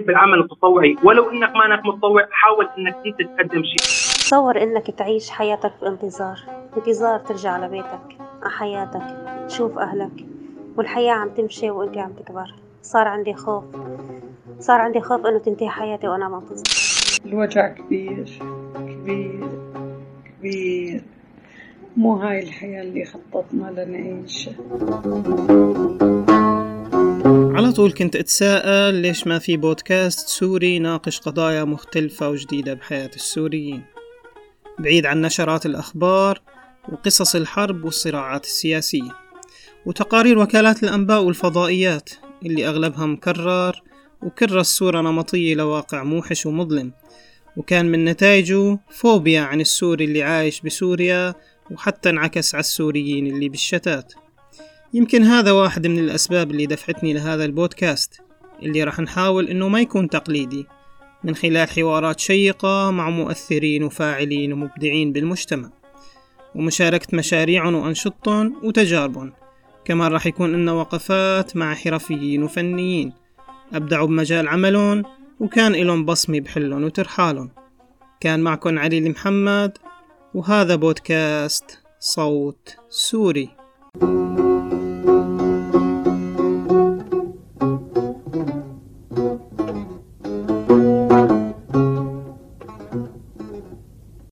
بالعمل التطوعي، ولو انك ما انك متطوع حاول انك انت تقدم شيء. تصور انك تعيش حياتك بانتظار ترجع لبيتك على حياتك، تشوف اهلك والحياة عم تمشي وانت عم تكبر. صار عندي خوف انه تنتهي حياتي وانا ما بنتظر. الوجع كبير كبير كبير، مو هاي الحياة اللي خططنا لنعيشها. على طول كنت أتساءل ليش ما في بودكاست سوري يناقش قضايا مختلفة وجديدة بحياة السوريين، بعيد عن نشرات الأخبار وقصص الحرب والصراعات السياسية وتقارير وكالات الأنباء والفضائيات اللي أغلبها مكرر وكرس صورة نمطية لواقع موحش ومظلم، وكان من نتائجه فوبيا عن السوري اللي عايش بسوريا، وحتى انعكس على السوريين اللي بالشتات. يمكن هذا واحد من الأسباب اللي دفعتني لهذا البودكاست اللي راح نحاول إنه ما يكون تقليدي، من خلال حوارات شيقة مع مؤثرين وفاعلين ومبدعين بالمجتمع، ومشاركة مشاريعهم وأنشطتهم وتجاربهم. كمان راح يكون لنا وقفات مع حرفيين وفنيين أبدعوا بمجال عملهم وكان إلهم بصمة بحلهم وترحالهم. كان معكم علي المحمد، وهذا بودكاست صوت سوري.